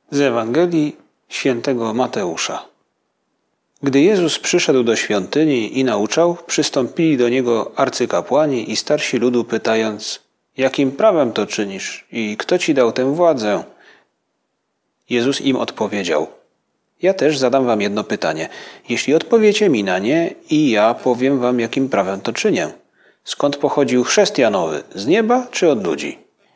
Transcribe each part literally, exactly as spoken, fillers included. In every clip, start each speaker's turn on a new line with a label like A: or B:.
A: Z Ewangelii świętego Mateusza. Gdy Jezus przyszedł do świątyni i nauczał, przystąpili do Niego arcykapłani i starsi ludu, pytając: jakim prawem to czynisz i kto Ci dał tę władzę? Jezus im odpowiedział: ja też zadam wam jedno pytanie. Jeśli odpowiecie mi na nie, i ja powiem wam, jakim prawem to czynię. Skąd pochodził chrzest Janowy? Z nieba czy od ludzi?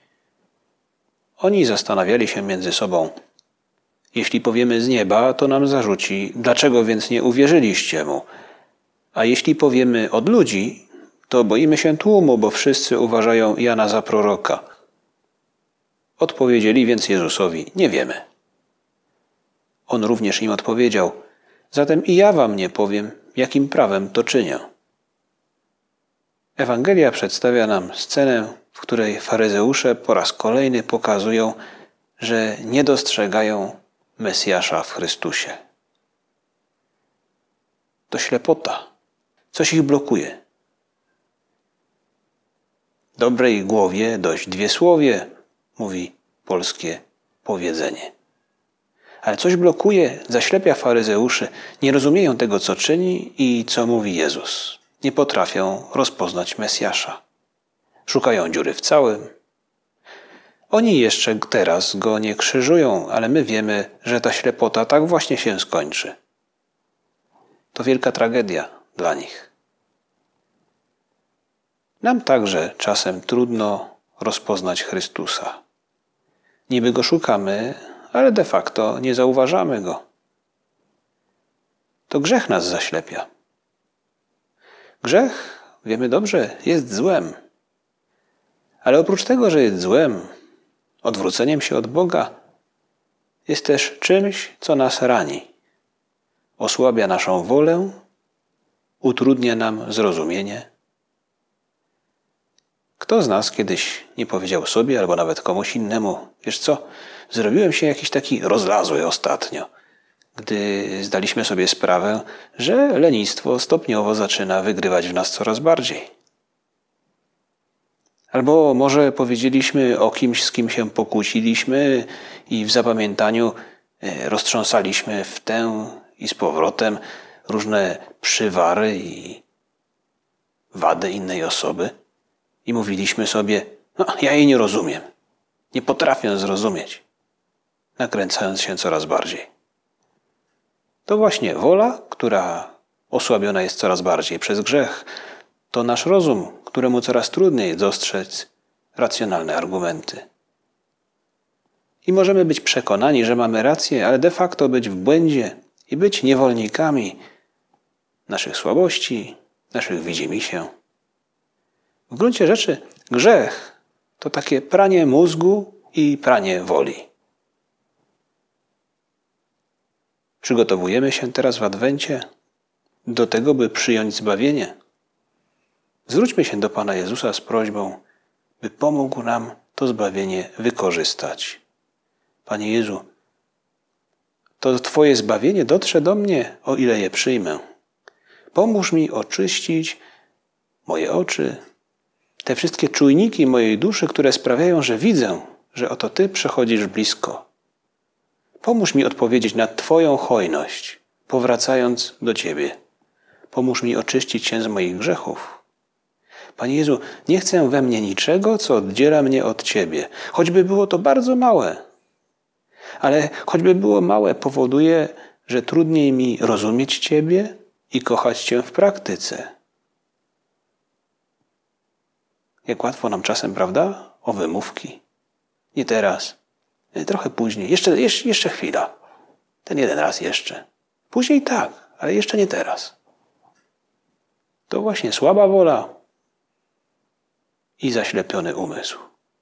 A: Oni zastanawiali się między sobą. Jeśli powiemy z nieba, to nam zarzuci, dlaczego więc nie uwierzyliście mu? A jeśli powiemy od ludzi, to boimy się tłumu, bo wszyscy uważają Jana za proroka. Odpowiedzieli więc Jezusowi: nie wiemy. On również im odpowiedział: zatem i ja wam nie powiem, jakim prawem to czynię. Ewangelia przedstawia nam scenę, w której faryzeusze po raz kolejny pokazują, że nie dostrzegają Mesjasza w Chrystusie. To ślepota. Coś ich blokuje. Dobrej głowie dość dwie słowie, mówi polskie powiedzenie. Ale coś blokuje, zaślepia faryzeuszy. Nie rozumieją tego, co czyni i co mówi Jezus. Nie potrafią rozpoznać Mesjasza. Szukają dziury w całym. Oni jeszcze teraz Go nie krzyżują, ale my wiemy, że ta ślepota tak właśnie się skończy. To wielka tragedia dla nich. Nam także czasem trudno rozpoznać Chrystusa. Niby Go szukamy, ale de facto nie zauważamy Go. To grzech nas zaślepia. Grzech, wiemy dobrze, jest złem. Ale oprócz tego, że jest złem, odwróceniem się od Boga, jest też czymś, co nas rani. Osłabia naszą wolę, utrudnia nam zrozumienie. Kto z nas kiedyś nie powiedział sobie, albo nawet komuś innemu: wiesz co, zrobiłem się jakiś taki rozlazły ostatnio, gdy zdaliśmy sobie sprawę, że lenistwo stopniowo zaczyna wygrywać w nas coraz bardziej. Albo może powiedzieliśmy o kimś, z kim się pokłóciliśmy i w zapamiętaniu roztrząsaliśmy w tę i z powrotem różne przywary i wady innej osoby i mówiliśmy sobie: no, ja jej nie rozumiem, nie potrafię zrozumieć, nakręcając się coraz bardziej. To właśnie wola, która osłabiona jest coraz bardziej przez grzech, to nasz rozum, któremu coraz trudniej dostrzec racjonalne argumenty. I możemy być przekonani, że mamy rację, ale de facto być w błędzie i być niewolnikami naszych słabości, naszych widzimisię. W gruncie rzeczy grzech to takie pranie mózgu i pranie woli. Przygotowujemy się teraz w Adwencie do tego, by przyjąć zbawienie. Zwróćmy się do Pana Jezusa z prośbą, by pomógł nam to zbawienie wykorzystać. Panie Jezu, to Twoje zbawienie dotrze do mnie, o ile je przyjmę. Pomóż mi oczyścić moje oczy, te wszystkie czujniki mojej duszy, które sprawiają, że widzę, że oto Ty przechodzisz blisko. Pomóż mi odpowiedzieć na Twoją hojność, powracając do Ciebie. Pomóż mi oczyścić się z moich grzechów. Panie Jezu, nie chcę we mnie niczego, co oddziela mnie od Ciebie. Choćby było to bardzo małe. Ale choćby było małe, powoduje, że trudniej mi rozumieć Ciebie i kochać Cię w praktyce. Jak łatwo nam czasem, prawda? O wymówki. Nie teraz. Trochę później. Jeszcze, jeszcze, jeszcze chwila. Ten jeden raz jeszcze. Później tak, ale jeszcze nie teraz. To właśnie słaba wola i zaślepiony umysł.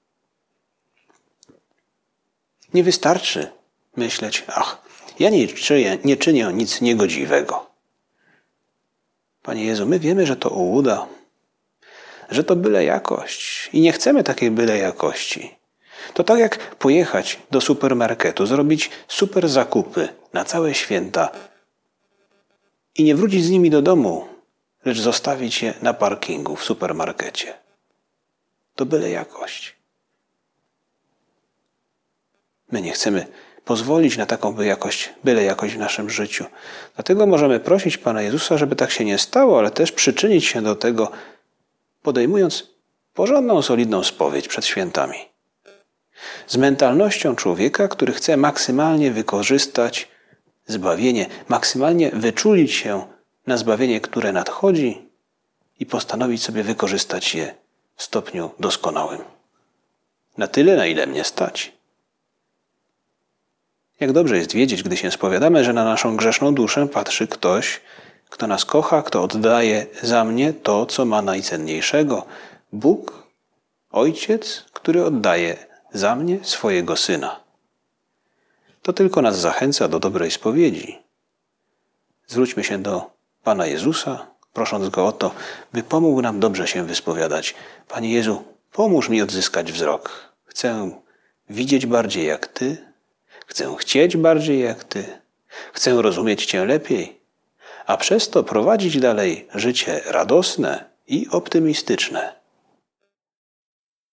A: Nie wystarczy myśleć: ach, ja nie czynię, nie czynię nic niegodziwego. Panie Jezu, my wiemy, że to ułuda, że to byle jakość i nie chcemy takiej byle jakości. To tak jak pojechać do supermarketu, zrobić super zakupy na całe święta i nie wrócić z nimi do domu, lecz zostawić je na parkingu w supermarkecie. To byle jakość. My nie chcemy pozwolić na taką by jakość, byle jakość w naszym życiu. Dlatego możemy prosić Pana Jezusa, żeby tak się nie stało, ale też przyczynić się do tego, podejmując porządną, solidną spowiedź przed świętami. Z mentalnością człowieka, który chce maksymalnie wykorzystać zbawienie, maksymalnie wyczulić się na zbawienie, które nadchodzi i postanowić sobie wykorzystać je w stopniu doskonałym. Na tyle, na ile mnie stać. Jak dobrze jest wiedzieć, gdy się spowiadamy, że na naszą grzeszną duszę patrzy ktoś, kto nas kocha, kto oddaje za mnie to, co ma najcenniejszego. Bóg, Ojciec, który oddaje za mnie swojego Syna. To tylko nas zachęca do dobrej spowiedzi. Zwróćmy się do Pana Jezusa, prosząc Go o to, by pomógł nam dobrze się wyspowiadać. Panie Jezu, pomóż mi odzyskać wzrok. Chcę widzieć bardziej jak Ty, chcę chcieć bardziej jak Ty, chcę rozumieć Cię lepiej, a przez to prowadzić dalej życie radosne i optymistyczne.